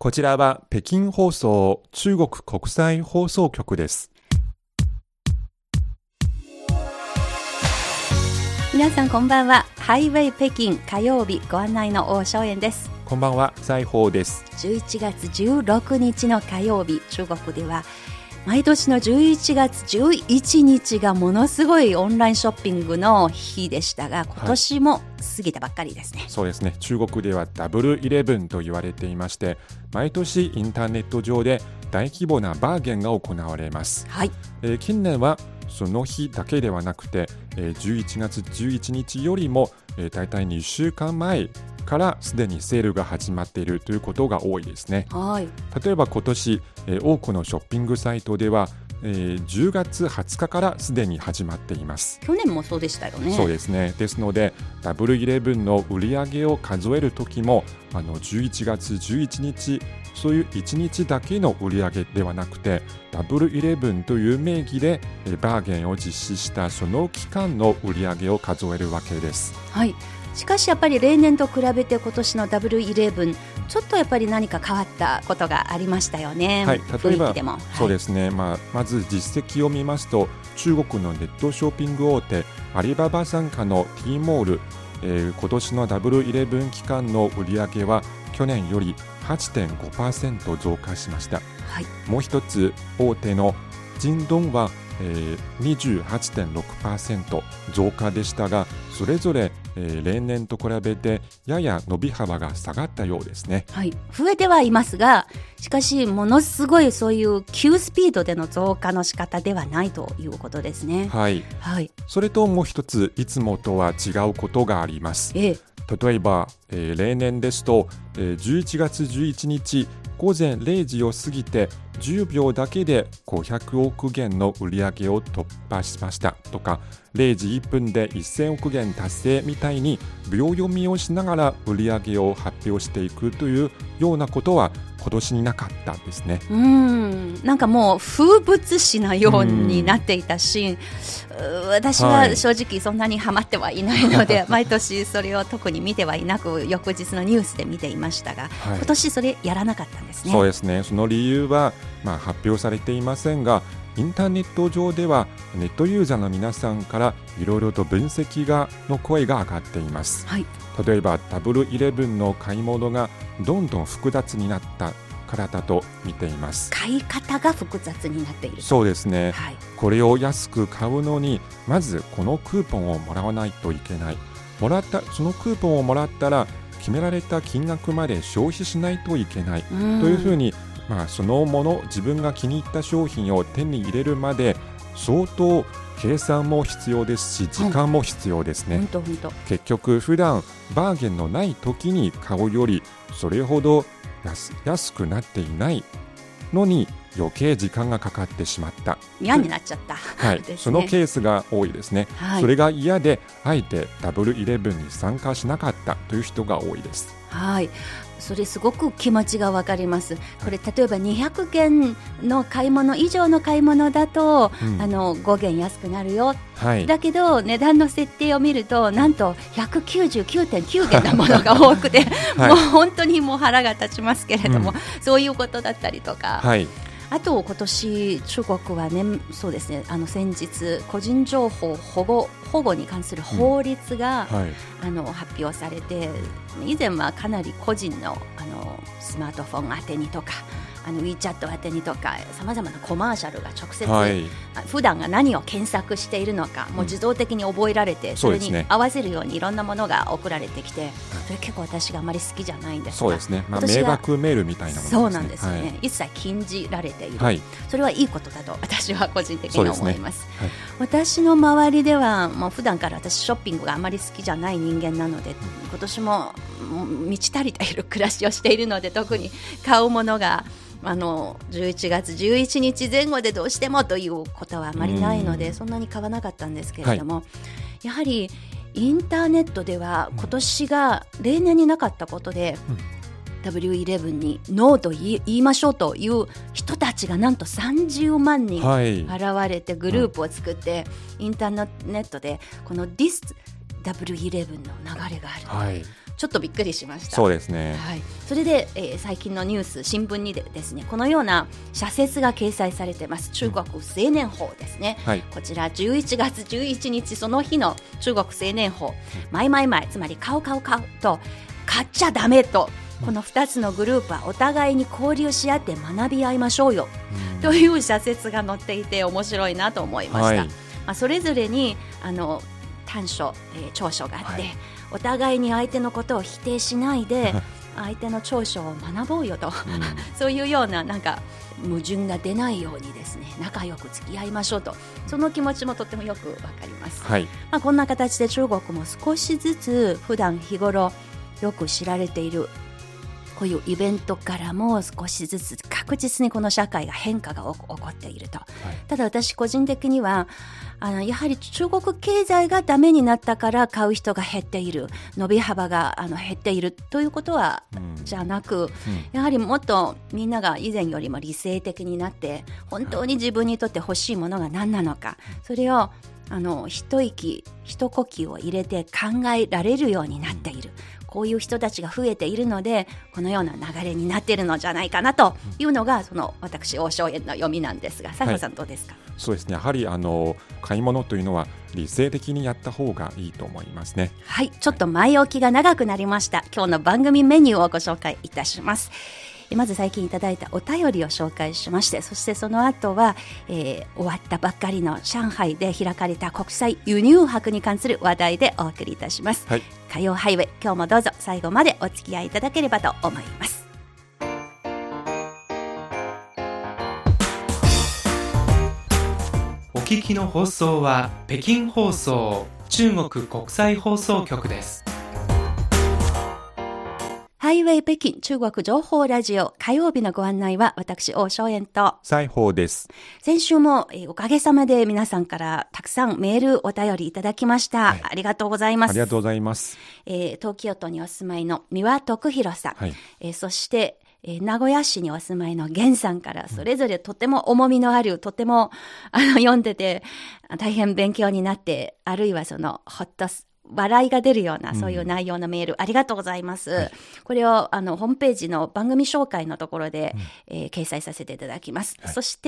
こちらは北京放送中国国際放送局です。 皆さんこんばんは。ハイウェイ北京火曜日ご案内の王正燕です。 こんばんは、財宝です。 11月16日の火曜日、中国では毎年の11月11日がものすごいオンラインショッピングの日でしたが、今年も過ぎたばっかりですね。はい、 そうですね。中国ではダブルイレブンと言われていまして、毎年インターネット上で大規模なバーゲンが行われます。 はい。 近年はその日だけではなくて、11月11日よりも、だいたい2週間前からすでにセールが始まっているということが多いですね。 はい。 例えば今年、多くのショッピングサイトでは、10月20日からすでに始まっています。 去年もそうでしたよね。 そうですね。ですのでダブルイレブンの売り上げを数えるときも11月11日そういう1日だけの売り上げではなくて、ダブルイレブンという名義でバーゲンを実施したその期間の売り上げを数えるわけです。 はい。しかしやっぱり例年と比べて今年のダブルイレブンちょっとやっぱり何か変わったことがありましたよね。 はい、例えば雰囲気でも、 そうですね、まず実績を見ますと、中国のネットショッピング大手アリババ傘下の T モール、今年のダブルイレブン期間の売り上げは去年より 8.5% 増加しました。 はい、 もう一つ大手の京東は、28.6% 増加でしたが、それぞれ、例年と比べてやや伸び幅が下がったようですね。 はい、増えてはいますが、しかしものすごいそういう急スピードでの増加の仕方ではないということですね。 はい、はい、それともう一ついつもとは違うことがあります。例えば、例年ですと、11月11日午前0時を過ぎて10秒だけで500億元の売り上げを突破しましたとか、0時1分で1000億元達成みたいに秒読みをしながら売り上げを発表していくというようなことは今年になかったんですね。 なんかもう風物詩のようになっていたし、私は正直そんなにハマってはいないので、毎年それを特に見てはいなく、翌日のニュースで見ていましたが、今年それやらなかったんですね。 そうですね。その理由は、発表されていませんが、インターネット上ではネットユーザーの皆さんからいろいろと分析の声が上がっています。はい、例えばダブルイレブンの買い物がどんどん複雑になったからだと見ています。 買い方が複雑になっている。 そうですね。 はい、 これを安く買うのにまずこのクーポンをもらわないといけない。そのクーポンをもらったら決められた金額まで消費しないといけないというふうに、そのもの自分が気に入った商品を手に入れるまで相当計算も必要ですし、時間も必要ですね。結局普段バーゲンのない時に買うよりそれほど安くなっていないのに余計時間がかかってしまった、 嫌になっちゃった、 はい、そのケースが多いですね。はい、それが嫌であえてダブルイレブンに参加しなかったという人が多いです。 はい、それすごく気持ちがわかります。これ例えば200元の買い物以上の買い物だと、5元安くなるよ、はい、だけど値段の設定を見るとなんと 199.9 元のものが多くて、はい、もう本当にもう腹が立ちますけれども、そういうことだったりとか、はい、あと今年中国はね、そうですね、先日個人情報保護に関する法律が、発表されて、以前はかなり個人の、スマートフォン宛てにとかWeChat 宛てにとかさまざまなコマーシャルが直接、普段が何を検索しているのかもう自動的に覚えられて、それに合わせるようにいろんなものが送られてきて、それ結構私があまり好きじゃないんですが、 そうですね、迷惑メールみたいなものですね。 そうなんですよね、一切禁じられている、それはいいことだと私は個人的に思います。私の周りではもう普段から私ショッピングがあまり好きじゃない人間なので、今年も満ち足りている暮らしをしているので、特に買うものが11月11日前後でどうしてもということはあまりないので、そんなに買わなかったんですけれども、やはりインターネットでは今年が例年になかったことで、W11 にノーと言いましょうという人たちがなんと30万人現れてグループを作って、インターネットでこの This W11 の流れがある、 ちょっとびっくりしました。 そうですね、 はい、それで、最近のニュース新聞にですねこのような社説が掲載されています。中国青年法ですね、はい、こちら11月11日その日の中国青年法、買いつまり買うと買っちゃダメと、この2つのグループはお互いに交流し合って学び合いましょうよ、という社説が載っていて面白いなと思いました。はい、それぞれに短所、長所があって、はい、お互いに相手のことを否定しないで相手の長所を学ぼうよと、そういうようななんか矛盾が出ないようにですね仲良く付き合いましょうと、その気持ちもとってもよくわかります。はい、こんな形で中国も少しずつ普段日頃よく知られているこういうイベントからも少しずつ確実にこの社会が変化が起こっていると、はい、ただ私個人的にはやはり中国経済がダメになったから買う人が減っている、伸び幅が減っているということは、じゃなく、やはりもっとみんなが以前よりも理性的になって本当に自分にとって欲しいものが何なのか、それを一息一呼吸を入れて考えられるようになっている、こういう人たちが増えているのでこのような流れになっているのじゃないかなというのがその私王正円の読みなんですが、西郷さんどうですか？ そうですね、やはり買い物というのは理性的にやった方がいいと思いますね。 はい、ちょっと前置きが長くなりました。今日の番組メニューをご紹介いたします。まず最近いただいたお便りを紹介しまして、そしてその後は、終わったばっかりの上海で開かれた国際輸入博に関する話題でお送りいたします。はい、火曜ハイウェイ、今日もどうぞ最後までお付き合いいただければと思います。 お聞きの放送は北京放送中国国際放送局です。 ハイウェイ北京中国情報ラジオ、火曜日のご案内は私王正円と西宝です。 先週もおかげさまで皆さんからたくさんメールお便りいただきました。はい、ありがとうございます。 ありがとうございます。 東京都にお住まいの三輪徳弘さん、はい、そして名古屋市にお住まいの源さんからそれぞれとても重みのある、とても読んでて大変勉強になって、あるいはそのホッと笑いが出るようなそういう内容のメール、ありがとうございます。はい、これをホームページの番組紹介のところで、掲載させていただきます。はい、そして、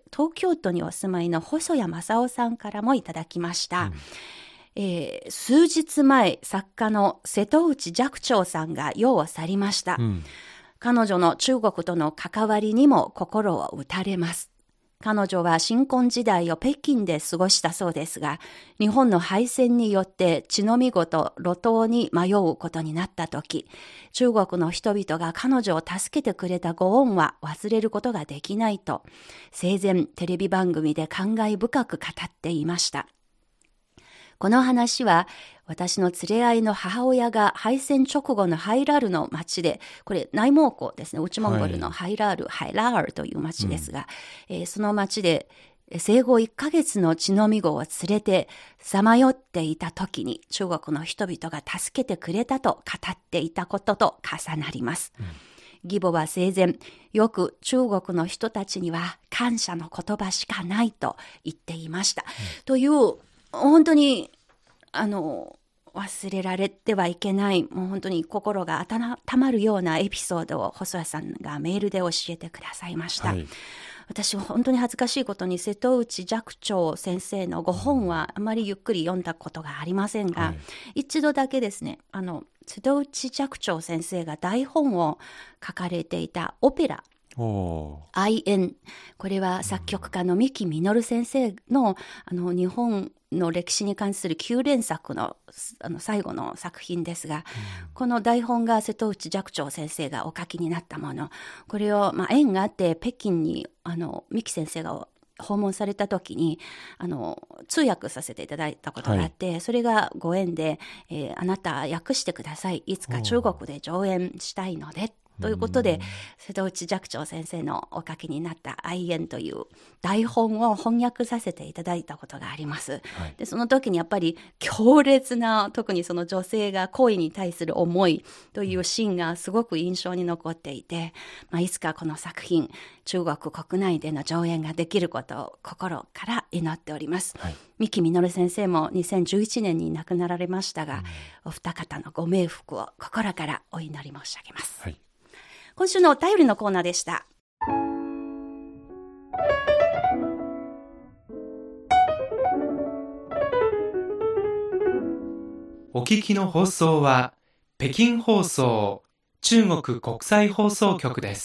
東京都にお住まいの細谷正夫さんからもいただきました。数日前作家の瀬戸内寂聴さんが世を去りました。彼女の中国との関わりにも心を打たれます。彼女は新婚時代を北京で過ごしたそうですが、日本の敗戦によって血のみごと路頭に迷うことになったとき、中国の人々が彼女を助けてくれたご恩は忘れることができないと、生前テレビ番組で感慨深く語っていました。この話は私の連れ合いの母親が敗戦直後のハイラールの町で、これ内蒙古ですね、内モンゴルのハイラールという町ですが、その町で生後1ヶ月の血のみ子を連れてさまよっていた時に中国の人々が助けてくれたと語っていたことと重なります。義母は生前よく中国の人たちには感謝の言葉しかないと言っていました。という本当に忘れられてはいけない、もう本当に心が温まるようなエピソードを細谷さんがメールで教えてくださいました。はい、私は本当に恥ずかしいことに瀬戸内寂聴先生のご本はあまりゆっくり読んだことがありませんが、はい、一度だけですね、瀬戸内寂聴先生が台本を書かれていたオペラ愛縁、これは作曲家の三木実先生の日本の歴史に関する9連作の最後の作品ですが、この台本が瀬戸内寂聴先生がお書きになったもの、これを縁があって北京に三木先生が訪問された時に通訳させていただいたことがあって、はい、それがご縁で、あなた訳してください、いつか中国で上演したいのでということで、瀬戸内寂聴先生のお書きになった愛縁という台本を翻訳させていただいたことがあります。で、その時にやっぱり強烈な、特にその女性が恋に対する思いというシーンがすごく印象に残っていて、いつかこの作品、中国国内での上演ができることを心から祈っております。三木実先生も2011年に亡くなられましたが、お二方のご冥福を心からお祈り申し上げます。今週のお便りのコーナーでした。 お聞きの放送は北京放送中国国際放送局です。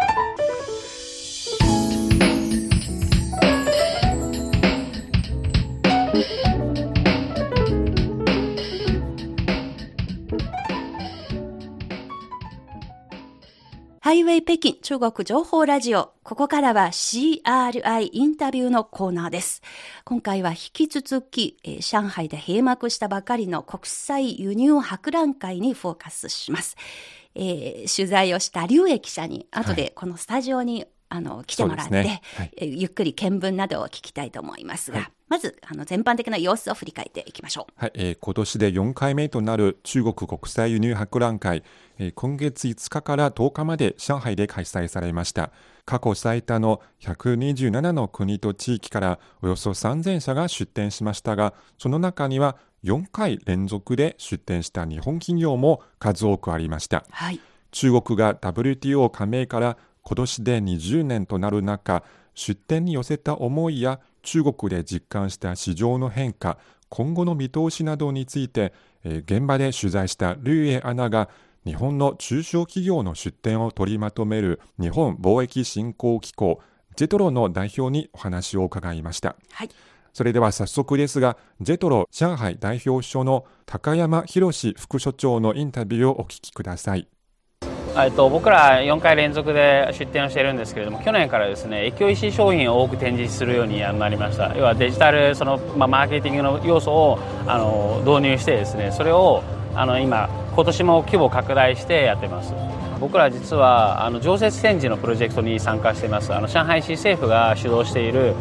ハイウェイ北京中国情報ラジオ。ここからは CRI インタビューのコーナーです。今回は引き続き、上海で閉幕したばかりの国際輸入博覧会にフォーカスします。取材をした劉英記者に後でこのスタジオに、来てもらって、ゆっくり見聞などを聞きたいと思いますが、まず全般的な様子を振り返っていきましょう。 今年で4回目となる中国国際輸入博覧会、今月5日から10日まで上海で開催されました。過去最多の127の国と地域からおよそ3000社が出展しましたが、その中には4回連続で出展した日本企業も数多くありました。中国が WTO 加盟から今年で20年となる中、出展に寄せた思いや中国で実感した市場の変化、今後の見通しなどについて、現場で取材した劉英アナが日本の中小企業の出展を取りまとめる日本貿易振興機構ジェトロの代表にお話を伺いました。それでは早速ですが、ジェトロ上海代表所の高山博副所長のインタビューをお聞きください。 僕ら4回連続で出展をしているんですけれども、去年からですね、駅石商品を多く展示するようになりました。要はデジタルマーケティングの要素を導入してですね、それを今年も規模を拡大してやっています。僕ら実は常設展示のプロジェクトに参加しています。上海市政府が主導している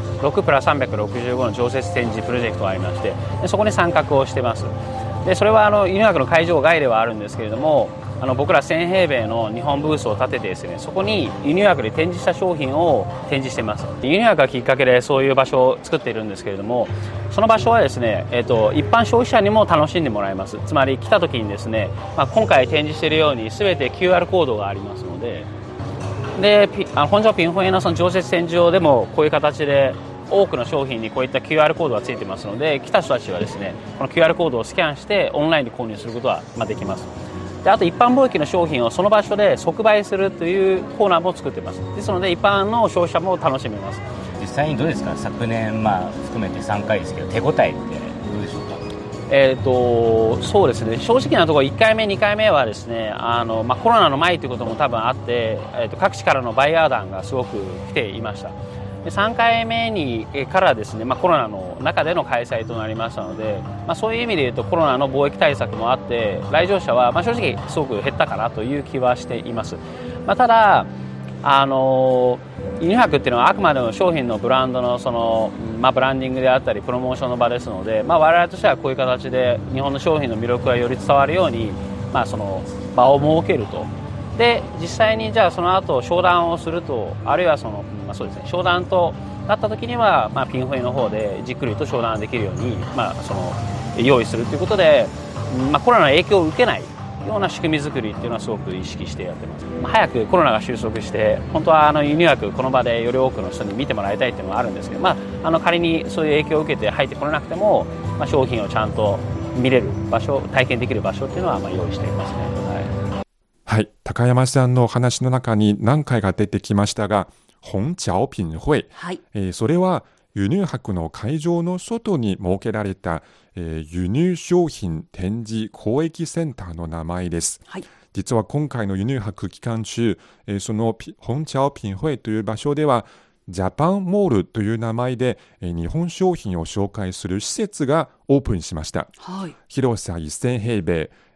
6+365の常設展示プロジェクトがありまして、そこに参画をしています。でそれは輸入博の会場外ではあるんですけれども、僕ら1000平米の日本ブースを建ててですね、そこに輸入博で展示した商品を展示しています。輸入博がきっかけでそういう場所を作っているんですけれども、その場所はですね、一般消費者にも楽しんでもらえます。つまり来た時にですね、今回展示しているように全て QR コードがありますので、本庄ピンホエのその常設展示場でもこういう形で多くの商品にこういった QR コードがついてますので、来た人たちはですね、この QR コードをスキャンしてオンラインで購入することはできます。であと一般貿易の商品をその場所で即売するというコーナーも作っています。ですので一般の消費者も楽しめます。 実際にどうですか、昨年含めて3回ですけど、手応えってどうでしょうか。 そうですね、正直なところ1回目2回目はですね、コロナの前ということも多分あって、各地からのバイヤー団がすごく来ていました。で3回目からですね、コロナの中での開催となりましたので、そういう意味でいうとコロナの貿易対策もあって来場者は正直すごく減ったかなという気はしています。ただ輸入博っていうのはあくまでも商品のブランドのブランディングであったりプロモーションの場ですので、我々としてはこういう形で日本の商品の魅力がより伝わるように、その場を設けると。で実際にじゃあその後商談をすると、あるいはそうですね、商談となった時には、ピンホイの方でじっくりと商談できるように、用意するということで、コロナの影響を受けないような仕組み作りっていうのはすごく意識してやってます。早くコロナが収束して、本当は輸入博この場でより多くの人に見てもらいたいっていうのはあるんですけど、仮にそういう影響を受けて入ってこれなくても、商品をちゃんと見れる場所、体験できる場所っていうのは用意していますね。 はい、高山さんのお話の中に何回か出てきましたが、本橋品会、それは輸入博の会場の外に設けられた、輸入商品展示交易センターの名前です。実は今回の輸入博期間中、その本橋品会という場所ではジャパンモールという名前で日本商品を紹介する施設がオープンしました。広さ1000平米、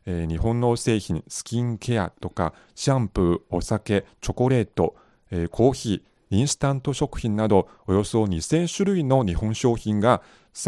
日本の製品、スキンケアとかシャンプー、お酒、チョコレート、コーヒー、インスタント食品などおよそ2000種類の日本商品が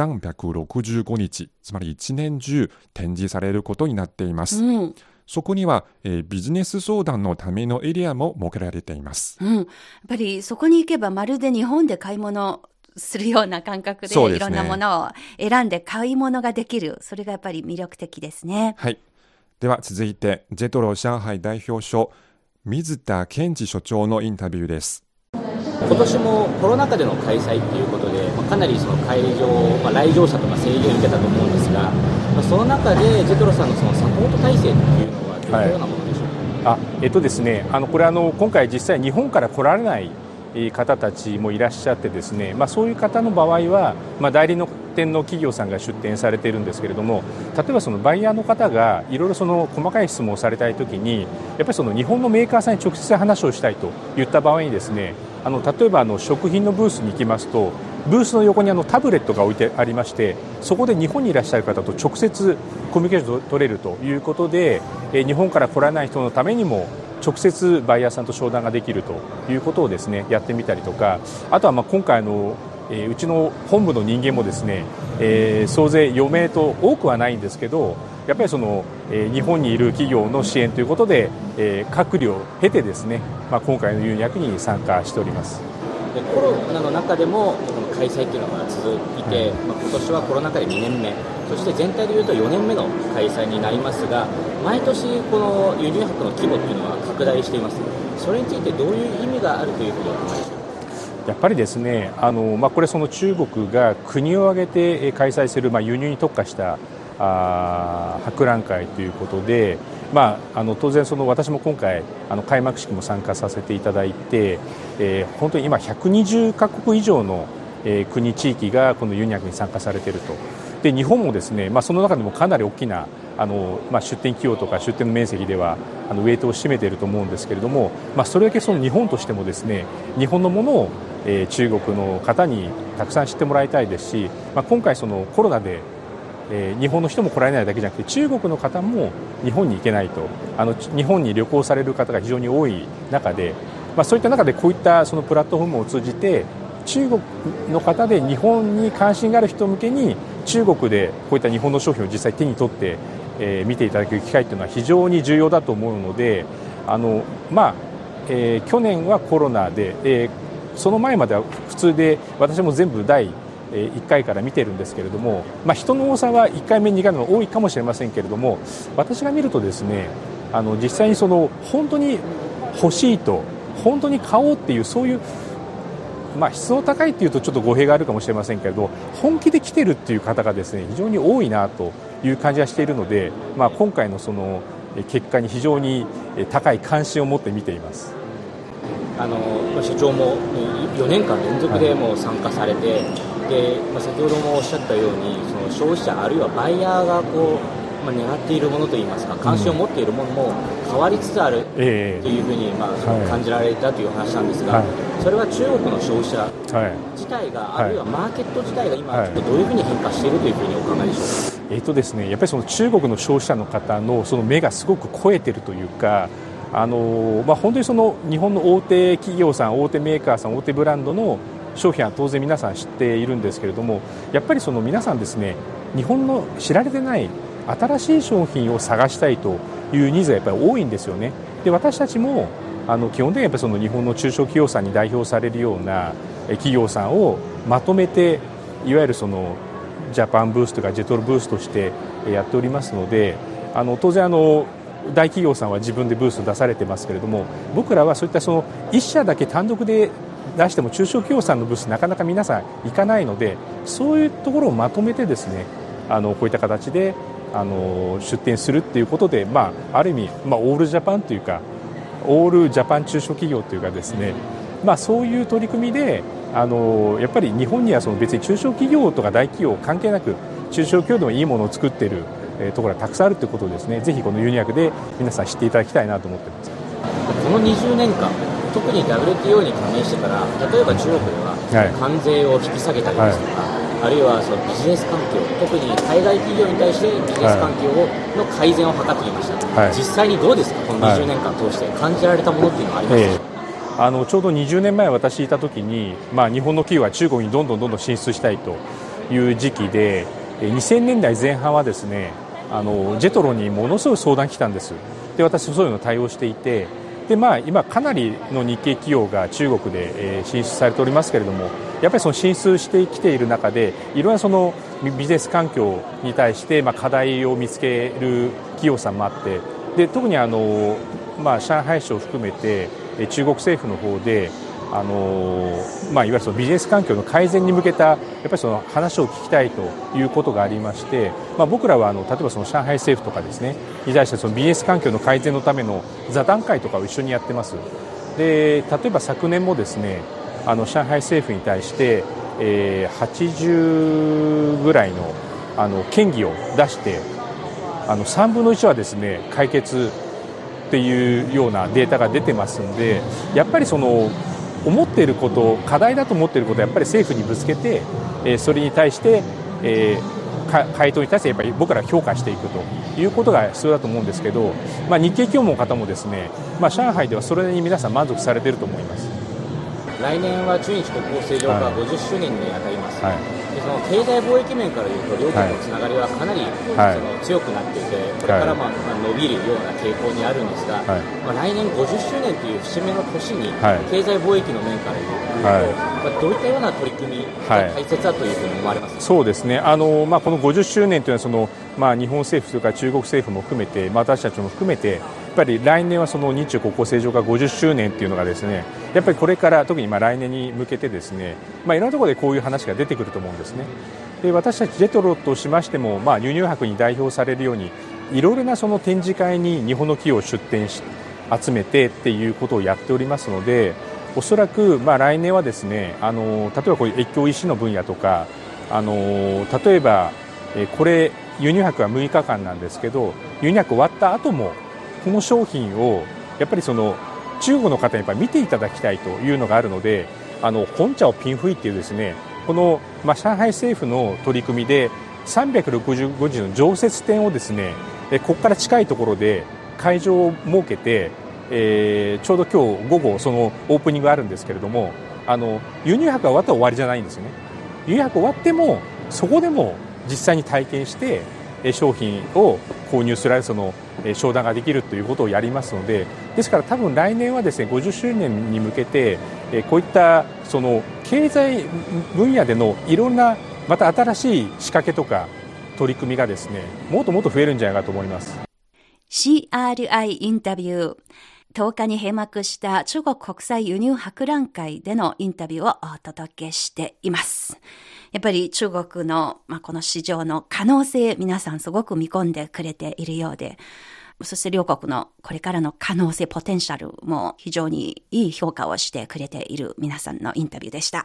365日、つまり1年中展示されることになっています。そこには、ビジネス相談のためのエリアも設けられています。 やっぱりそこに行けばまるで日本で買い物するような感覚で、いろんなものを選んで買い物ができる。それがやっぱり魅力的ですね。 はい。では続いて、ジェトロ上海代表所、水田健二所長のインタビューです。 今年もコロナ禍での開催ということで、かなりその会場、来場者とか制限を受けたと思うんですが、その中でジェトロさんのそのサポート体制っていうのはどのようなものでしょうか。 ですね、これ今回実際日本から来られない方たちもいらっしゃってですね、そういう方の場合は、代理の店の企業さんが出店されているんですけれども、例えばそのバイヤーの方がいろいろその細かい質問をされたいときに、やっぱりその日本のメーカーさんに直接話をしたいといった場合にですね、例えば食品のブースに行きますと、ブースの横にタブレットが置いてありまして、そこで日本にいらっしゃる方と直接コミュニケーションを取れるということで、日本から来られない人のためにも直接バイヤーさんと商談ができるということをですね、やってみたりとか、あとは今回うちの本部の人間もですね、総勢4名と多くはないんですけど、やっぱりその、日本にいる企業の支援ということで、隔離を経てですね、今回のユニアクに参加しております。 でコロナの中でもこの開催というのが続いて、今年はコロナ禍で2年目、そして全体でいうと4年目の開催になりますが、毎年この輸入博の規模というのは拡大しています。それについてどういう意味があるというふうにお考えでしょうか。 やっぱりですね、これその中国が国を挙げて開催する、輸入に特化した博覧会ということで、当然私も今回開幕式も参加させていただいて、本当に今120カ国以上の国地域がこのユニアクに参加されていると。で日本もですね、その中でもかなり大きな出店企業とか出店の面積ではウェイトを占めていると思うんですけれども、それだけその日本としてもですね、日本のものを中国の方にたくさん知ってもらいたいですし、今回そのコロナで日本の人も来られないだけじゃなくて、中国の方も日本に行けないと、日本に旅行される方が非常に多い中で、そういった中でこういったそのプラットフォームを通じて、中国の方で日本に関心がある人向けに中国でこういった日本の商品を実際手に取って、見ていただく機会というのは非常に重要だと思うので、去年はコロナで、その前までは普通で私も全部第1回から見てるんですけれども、人の多さは1回目2回目の多いかもしれませんけれども、私が見るとですね、実際にその本当に欲しいと、本当に買おうっていう、そういう質の高いっていうとちょっと語弊があるかもしれませんけれど、本気で来てるっていう方がですね、非常に多いなという感じがしているので、今回のその結果に非常に高い関心を持って見ています。 社長も4年間連続でもう参加されて、で先ほどもおっしゃったように、その消費者あるいはバイヤーが狙っているものといいますか、関心を持っているものも変わりつつあるというふうに感じられたという話なんですが、それは中国の消費者自体が、あるいはマーケット自体が今ちょっとどういうふうに変化しているというふうにお考えでしょうか。 ですね、やっぱりその中国の消費者の方のその目がすごく超えているというか、本当にその日本の大手企業さん、大手メーカーさん、大手ブランドの商品は当然皆さん知っているんですけれども、やっぱりその皆さんですね、日本の知られてない新しい商品を探したいというニーズがやっぱり多いんですよね。で私たちも基本的にやっぱりその日本の中小企業さんに代表されるような企業さんをまとめて、いわゆるそのジャパンブースとかジェトロブースとしてやっておりますので、当然大企業さんは自分でブースを出されてますけれども、僕らはそういったその1社だけ単独で出しても中小企業さんのブースなかなか皆さん行かないので、そういうところをまとめてですね、こういった形で出店するっていうことで、ある意味、オールジャパンというか、オールジャパン中小企業というかですね、そういう取り組みでやっぱり日本にはその別に中小企業とか大企業関係なく、中小企業でもいいものを作っているところがたくさんあるということをですね、ぜひこのユニアクで皆さん知っていただきたいなと思っています。 この20年間、特に WTO に加盟してから、例えば中国では関税を引き下げたりですとか、 あるいはそのビジネス環境、特に海外企業に対してビジネス環境の改善を図ってきました、実際にどうですか、この20年間通して感じられたものっていうのはありますでしょうか。 ちょうど20年前私いた時に、日本の企業は中国にどんどん進出したいという時期で、2000年代前半はですね、ジェトロにものすごい相談来たんです。で、私そういうのを対応していて、で今かなりの日系企業が中国で進出されておりますけれども、やっぱりその進出してきている中でいろんなそのビジネス環境に対して課題を見つける企業さんもあって、で特に上海市を含めて中国政府の方でいわゆるそのビジネス環境の改善に向けたやっぱりその話を聞きたいということがありまして、僕らは例えばその上海政府とかですねに対してそのビジネス環境の改善のための座談会とかを一緒にやってます。で、例えば昨年もですね上海政府に対して、80ぐらいの建議を出して3分の1はですね解決っていうようなデータが出てますんで、やっぱりその思っていること、課題だと思っていることをやっぱり政府にぶつけて、それに対して、回答に対してやっぱり僕ら評価していくということが必要だと思うんですけど、日系企業の方もですね、上海ではそれに皆さん満足されていると思います。 来年は中日国交正常化50周年にあたります、でその経済貿易面からいうと両国のつながりはかなり、その強くなっていて、これから伸びるような傾向にあるんですが、来年50周年という節目の年に、経済貿易の面からいうと、どういったような取り組みが大切だというふうに思われますか。 そうですね、この50周年というのはその、日本政府というか中国政府も含めて、私たちも含めてやっぱり来年はその日中国交正常化50周年というのがですね、やっぱりこれから特に来年に向けてですね、いろんなところでこういう話が出てくると思うんですね。で、私たちジェトロとしましても、輸入博に代表されるようにいろいろなその展示会に日本の企業を出展し集めてっていうことをやっておりますので、おそらく来年はですね、例えばこういう越境 EC の分野とか、例えばこれ輸入博は6日間なんですけど、輸入博終わった後もこの商品をやっぱりその中国の方にやっぱり見ていただきたいというのがあるので、本茶をピンフイっていうですね、この、上海政府の取り組みで365日の常設展をですね、ここから近いところで会場を設けて、ちょうど今日午後そのオープニングがあるんですけれども、輸入博が終わったら終わりじゃないんですよね。輸入博終わってもそこでも実際に体験して商品を購入するその商談ができるということをやりますので、ですから多分来年はですね50周年に向けてこういったその経済分野でのいろんなまた新しい仕掛けとか取り組みがですねもっともっと増えるんじゃないかと思います。 CRI インタビュー、10日に閉幕した中国国際輸入博覧会でのインタビューをお届けしています。やっぱり中国の、この市場の可能性、皆さんすごく見込んでくれているようで、そして両国のこれからの可能性、ポテンシャルも非常にいい評価をしてくれている皆さんのインタビューでした。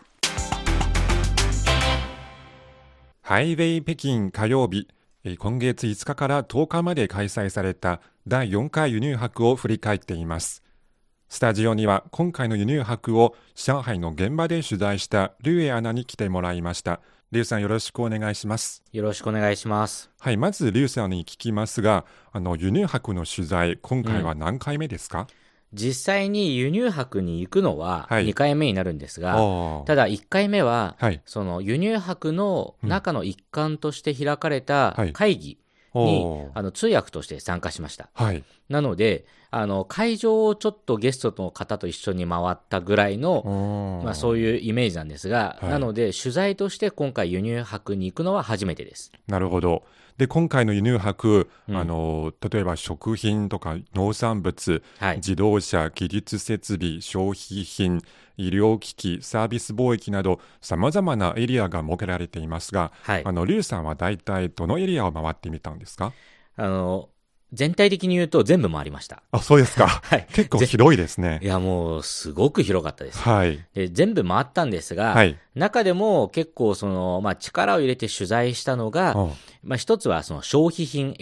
ハイウェイ北京火曜日、今月5日から10日まで開催された第4回輸入博を振り返っています。スタジオには今回の輸入博を上海の現場で取材した劉英アナに来てもらいました。劉さん、よろしくお願いします。 よろしくお願いします。 はい、まず劉さんに聞きますが、輸入博の取材、今回は何回目ですか？ 実際に輸入博に行くのは2回目になるんですが、ただ1回目は、その輸入博の中の一環として開かれた会議に、通訳として参加しました。なので会場をちょっとゲストの方と一緒に回ったぐらいの、そういうイメージなんですが、なので取材として今回輸入博に行くのは初めてです。 なるほど。で、今回の輸入博、例えば食品とか農産物、自動車、技術設備、消費品、医療機器、サービス貿易など様々なエリアが設けられていますが、劉さんは大体どのエリアを回ってみたんですか？ 全体的に言うと全部回りました。 あ、そうですか。結構広いですね。 いや、もうすごく広かったです。で、全部回ったんですが、中でも結構その、力を入れて取材したのが、一つはその消費品エリア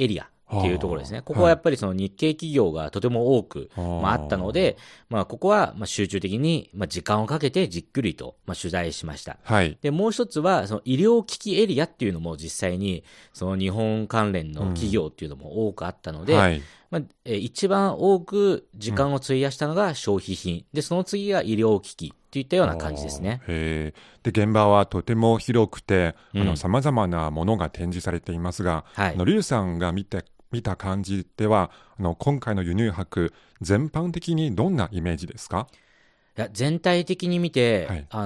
っていうところですね。ここはやっぱりその日系企業がとても多く、あったので、ここは集中的に時間をかけてじっくりと取材しました。 はい。 で、もう一つはその医療機器エリアっていうのも実際にその日本関連の企業っていうのも多くあったので、はい、一番多く時間を費やしたのが消費品、でその次が医療機器といったような感じですね。 で、現場はとても広くて様々なものが展示されていますが、はい、リュウさんが見た感じでは今回の輸入博全般的にどんなイメージですか？ いや、全体的に見て、はい、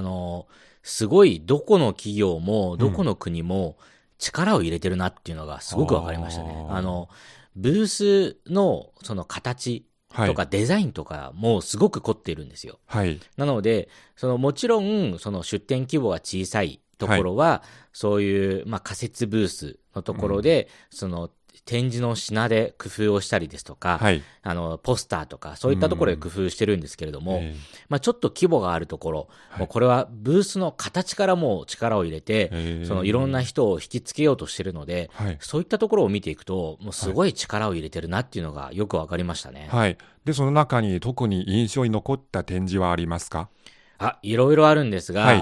すごいどこの企業もどこの国も力を入れてるなっていうのがすごく分かりましたね。ブースのその形とかデザインとかもすごく凝っているんですよ。はい、なのでもちろんその出店規模が小さいところは、はい、そういう仮設ブースのところで、その展示の品で工夫をしたりですとか、はい、ポスターとかそういったところで工夫してるんですけれども、ちょっと規模があるところ、もうこれはブースの形からも力を入れて、そのいろんな人を引きつけようとしてるので、そういったところを見ていくともうすごい力を入れてるなっていうのがよくわかりましたね。 はい。で、その中に特に印象に残った展示はありますか？ いろいろあるんですが、はい、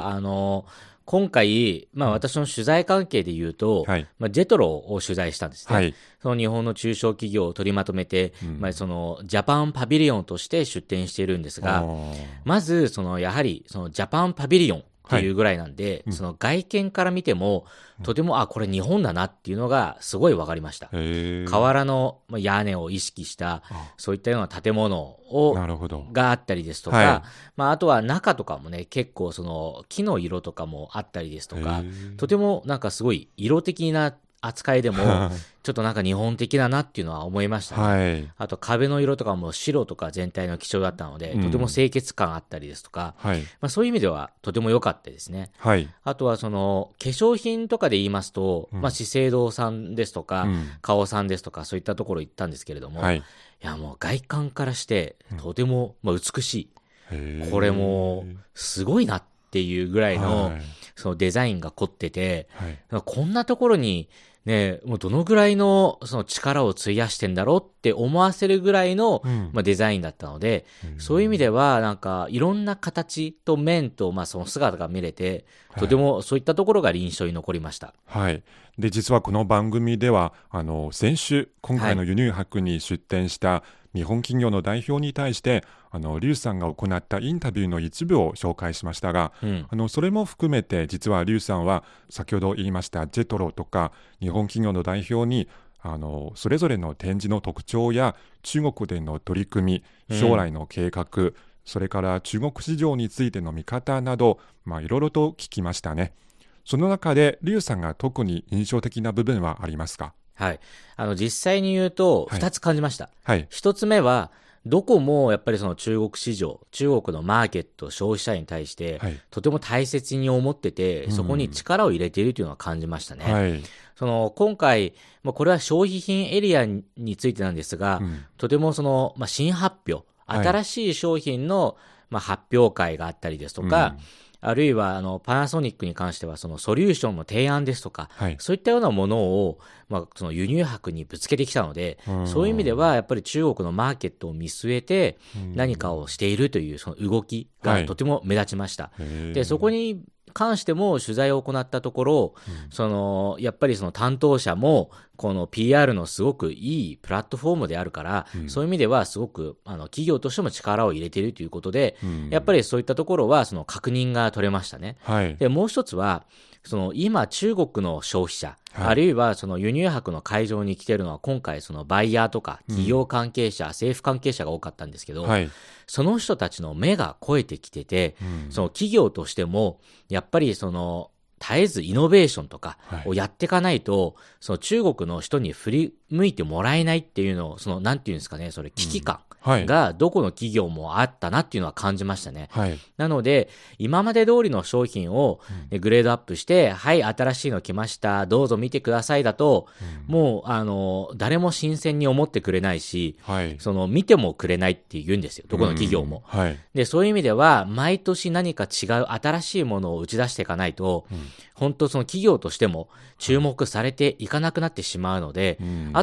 今回、私の取材関係で言うと、はい、ジェトロを取材したんですね。はい、その日本の中小企業を取りまとめて、そのジャパンパビリオンとして出展しているんですが、まずやはりそのジャパンパビリオンっていうぐらいなんで、はい、その外見から見てもとてもこれ日本だなっていうのがすごい分かりました。瓦の屋根を意識したそういったような建物があったりですとか、はい、あとは中とかもね、結構その木の色とかもあったりですとか、とてもなんかすごい色的な扱いでもちょっとなんか日本的だなっていうのは思いましたね。はい、あと壁の色とかも白とか全体の基調だったので、とても清潔感あったりですとか、はい、そういう意味ではとても良かったですね。はい、あとはその化粧品とかで言いますと、資生堂さんですとか、花王さんですとかそういったところ行ったんですけれども、はい、いやもう外観からしてとても美しい、これもすごいなっていうぐらいの、そのデザインが凝ってて、はい、こんなところにね、もうどのぐらいのその力を費やしてんだろうって思わせるぐらいの、デザインだったので、そういう意味ではなんかいろんな形と面とその姿が見れて、とてもそういったところが印象に残りました。 はい。で、実はこの番組では先週今回の輸入博に出展した日本企業の代表に対してリュウさんが行ったインタビューの一部を紹介しましたが、それも含めて実はリュウさんは先ほど言いましたジェトロとか日本企業の代表にそれぞれの展示の特徴や中国での取り組み、将来の計画、それから中国市場についての見方など、いろいろと聞きましたね。その中でリュウさんが特に印象的な部分はありますか？ はい。実際に言うと2つ感じました。はい。1つ目はどこもやっぱりその中国市場、中国のマーケット、消費者に対して、とても大切に思ってて、そこに力を入れているというのは感じましたね。はい、今回、これは消費品エリアについてなんですが、とても新発表、新しい商品の発表会があったりですとか、あるいはパナソニックに関してはそのソリューションの提案ですとか、そういったようなものをその輸入博にぶつけてきたので、そういう意味ではやっぱり中国のマーケットを見据えて何かをしているというその動きがとても目立ちました。で、そこに関しても取材を行ったところ、やっぱりその担当者もこの PR のすごくいいプラットフォームであるから、そういう意味ではすごく企業としても力を入れているということで、やっぱりそういったところはその確認が取れましたね。で、もう一つは今中国の消費者、あるいはその輸入博の会場に来ているのは今回そのバイヤーとか企業関係者、政府関係者が多かったんですけど、その人たちの目が肥えてきてて、その企業としてもやっぱり絶えずイノベーションとかをやっていかないと、その中国の人に振り向いてもらえないっていうのを、なんていうんですかね、危機感がどこの企業もあったなっていうのは感じましたね。なので、今まで通りの商品をグレードアップして、はい、新しいの来ました、どうぞ見てくださいだと、もう、誰も新鮮に思ってくれないし、見てもくれないって言うんですよ、どこの企業も。で、そういう意味では、毎年何か違う新しいものを打ち出していかないと、本当その企業としても注目されていかなくなってしまうので、あ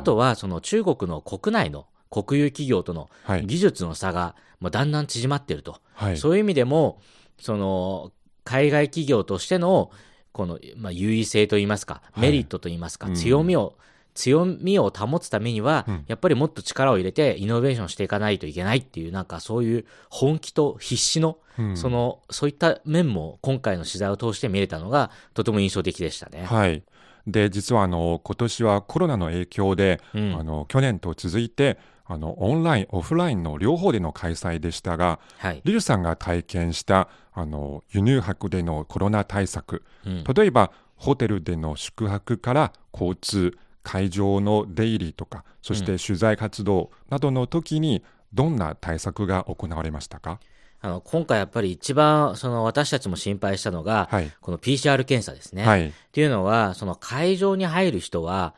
あとはその中国の国内の国有企業との技術の差がもうだんだん縮まっていると、そういう意味でもその海外企業としてのこの優位性といいますか、メリットといいますか、強みを保つためには、やっぱりもっと力を入れてイノベーションしていかないといけないっていう、なんかそういう本気と必死の、そういった面も今回の取材を通して見れたのがとても印象的でしたね。 で実は今年はコロナの影響で、去年と続いてオンラインオフラインの両方での開催でしたが、リュウさんが体験した輸入泊でのコロナ対策、例えばホテルでの宿泊から交通、会場の出入りとか、そして取材活動などの時にどんな対策が行われましたか？ 今回やっぱり一番私たちも心配したのが、この PCR 検査ですね。っていうのはその会場に入る人は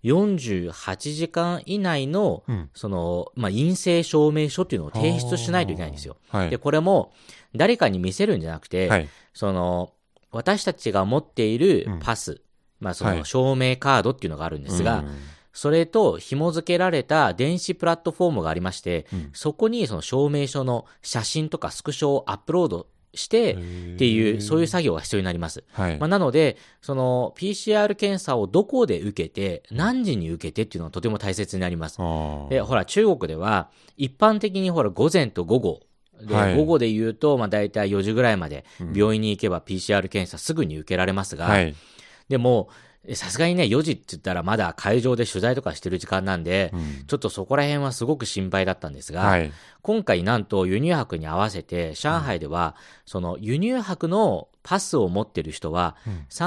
48時間以内の陰性証明書っていうのを提出しないといけないんですよ。でこれも誰かに見せるんじゃなくて、私たちが持っているパス、その証明カードっていうのがあるんですが、それと紐付けられた電子プラットフォームがありまして、そこにその証明書の写真とかスクショをアップロードしてっていう、そういう作業が必要になります。なのでその PCR 検査をどこで受けて何時に受けてっていうのがとても大切になります。でほら中国では一般的にほら午前と午後で、午後で言うとだいたい4時ぐらいまで病院に行けば PCR 検査すぐに受けられますが、でもさすがにね4時って言ったらまだ会場で取材とかしてる時間なんで、ちょっとそこら辺はすごく心配だったんですが、今回なんと輸入泊に合わせて上海では、その輸入泊のパスを持ってる人は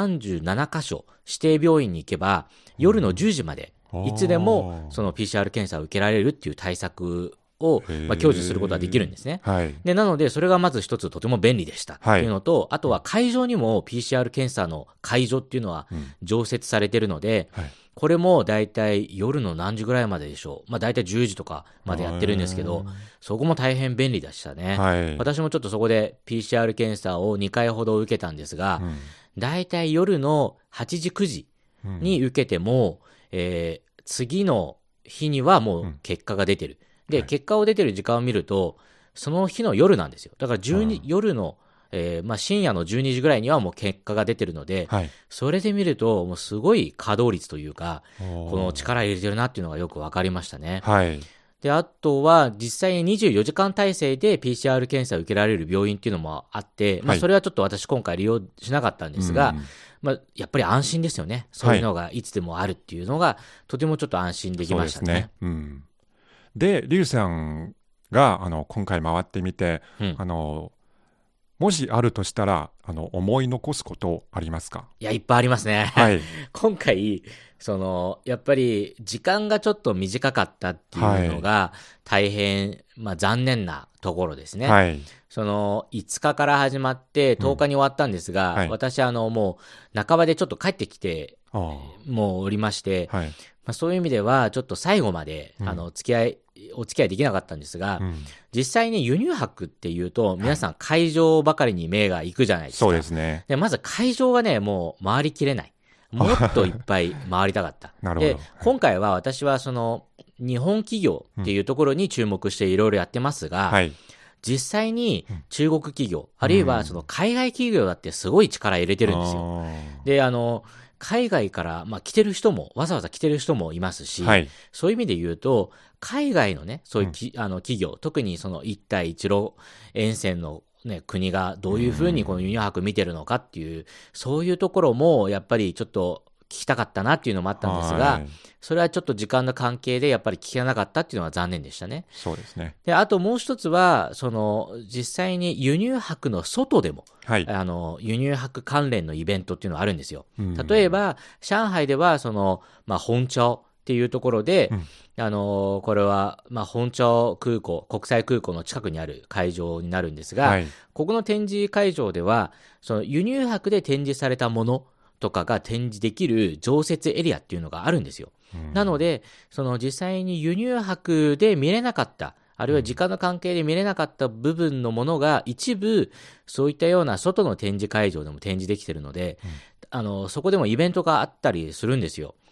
37カ所指定病院に行けば夜の10時までいつでもその PCR 検査を受けられるっていう対策を享受することができるんですね。でなのでそれがまず一つとても便利でしたっていうのと、あとは会場にも PCR 検査の会場っていうのは常設されているので、これもだいたい夜の何時ぐらいまででしょう、だいたい10時とかまでやってるんですけど、そこも大変便利でしたね。私もちょっとそこで PCR 検査を2回ほど受けたんですが、だいたい夜の8時9時に受けても、次の日にはもう結果が出てる。で結果を出てる時間を見るとその日の夜なんですよ。だから夜の、深夜の12時ぐらいにはもう結果が出てるので、それで見るともうすごい稼働率というかこの力入れてるなっていうのがよく分かりましたね。であとは実際に24時間体制で PCR 検査を受けられる病院っていうのもあって、それはちょっと私今回利用しなかったんですが、やっぱり安心ですよね。そういうのがいつでもあるっていうのがとてもちょっと安心できましたね。 でリュウさんが今回回ってみて、もしあるとしたら思い残すことありますか？ いやいっぱいありますね。今回やっぱり時間がちょっと短かったっていうのが大変、残念なところですね。5日から始まって10日に終わったんですが、私もう半ばでちょっと帰ってきてもうおりまして、そういう意味ではちょっと最後までお付き合いできなかったんですが、実際に輸入泊っていうと皆さん会場ばかりに目が行くじゃないですか。 そうですね。 でまず会場がねもう回りきれない、もっといっぱい回りたかったで今回は私は日本企業っていうところに注目していろいろやってますが、実際に中国企業、あるいは海外企業だってすごい力入れてるんですよ。で海外から来てる人もわざわざ来てる人もいますし、そういう意味で言うと海外のねそういう企業、特に一帯一路沿線の国がどういうふうにこの輸入泊見てるのかっていう、そういうところもやっぱりちょっと聞きたかったなっていうのもあったんですが、それはちょっと時間の関係でやっぱり聞けなかったっていうのは残念でしたね。 そうですね。 であともう一つは実際に輸入泊の外でも、輸入泊関連のイベントっていうのがあるんですよ。例えば上海では本町っていうところで、これは本町空港、国際空港の近くにある会場になるんですが、ここの展示会場では輸入泊で展示されたものとかが展示できる常設エリアっていうのがあるんですよ。なので実際に輸入泊で見れなかった、あるいは時間の関係で見れなかった部分のものが一部そういったような外の展示会場でも展示できているので、そこでもイベントがあったりするんですよ。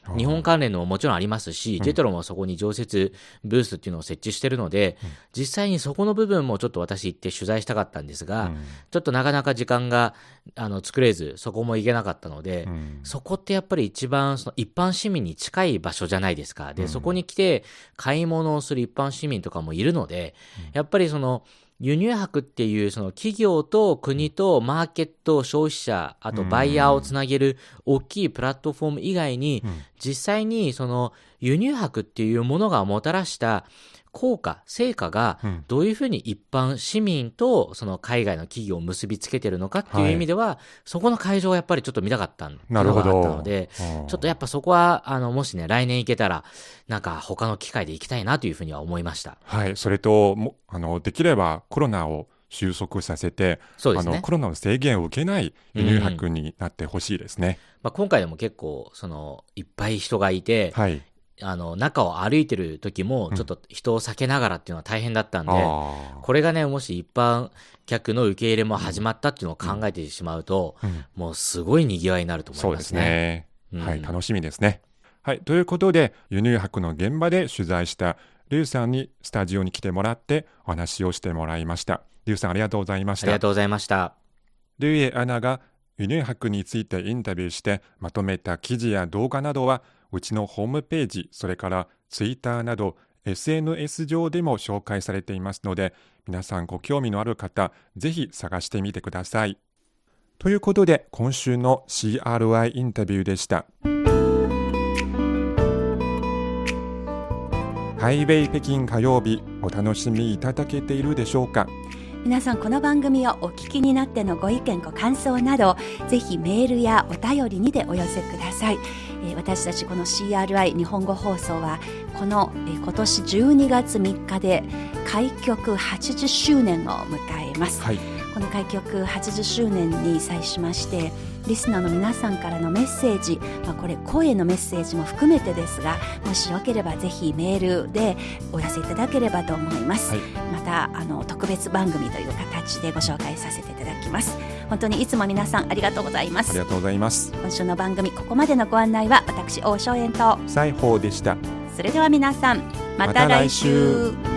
日本関連のももちろんありますし、ジェトロもそこに常設ブースっていうのを設置してるので、実際にそこの部分もちょっと私行って取材したかったんですが、ちょっとなかなか時間が作れず、そこも行けなかったので、そこってやっぱり一番その一般市民に近い場所じゃないですか。で、そこに来て買い物をする一般市民とかもいるので、やっぱりその輸入博っていうその企業と国とマーケット、消費者、あとバイヤーをつなげる大きいプラットフォーム以外に、実際にその輸入博っていうものがもたらした効果、成果がどういうふうに一般市民とその海外の企業を結びつけてるのかっていう意味では、そこの会場をやっぱりちょっと見たかったのがあったので、ちょっとやっぱそこはもしね来年行けたらなんか他の機会で行きたいなというふうには思いました。 はい、それとできればコロナを収束させて、そうですね、コロナの制限を受けない輸入博になってほしいですね。 今回でも結構いっぱい人がいて、はい、中を歩いてる時もちょっと人を避けながらっていうのは大変だったんで、これがねもし一般客の受け入れも始まったっていうのを考えてしまうと、もうすごい賑わいになると思いますね。 そうですね、はい、楽しみですね。はい、ということで輸入博の現場で取材したリュウさんにスタジオに来てもらってお話をしてもらいました。リュウさんありがとうございました。 ありがとうございました。 リュウエアナが輸入博についてインタビューしてまとめた記事や動画などはうちのホームページ、それからツイッターなど SNS 上でも紹介されていますので、皆さんご興味のある方ぜひ探してみてください。ということで今週の CRI インタビューでした。ハイウェイ北京火曜日、お楽しみいただけているでしょうか。 皆さんこの番組をお聞きになってのご意見ご感想などぜひメールやお便りにてお寄せください。私たちこの CRI 日本語放送は今年12月3日で開局80周年を迎えます、はい、この開局80周年に際しましてリスナーの皆さんからのメッセージ、これ声のメッセージも含めてですが、もしよければぜひメールでお寄せいただければと思います、はい、また特別番組という形でご紹介させていただきます。本当にいつも皆さんありがとうございます。 ありがとうございます。 今週の番組ここまでのご案内は私王正円と西宝でした。 それでは皆さんまた来週。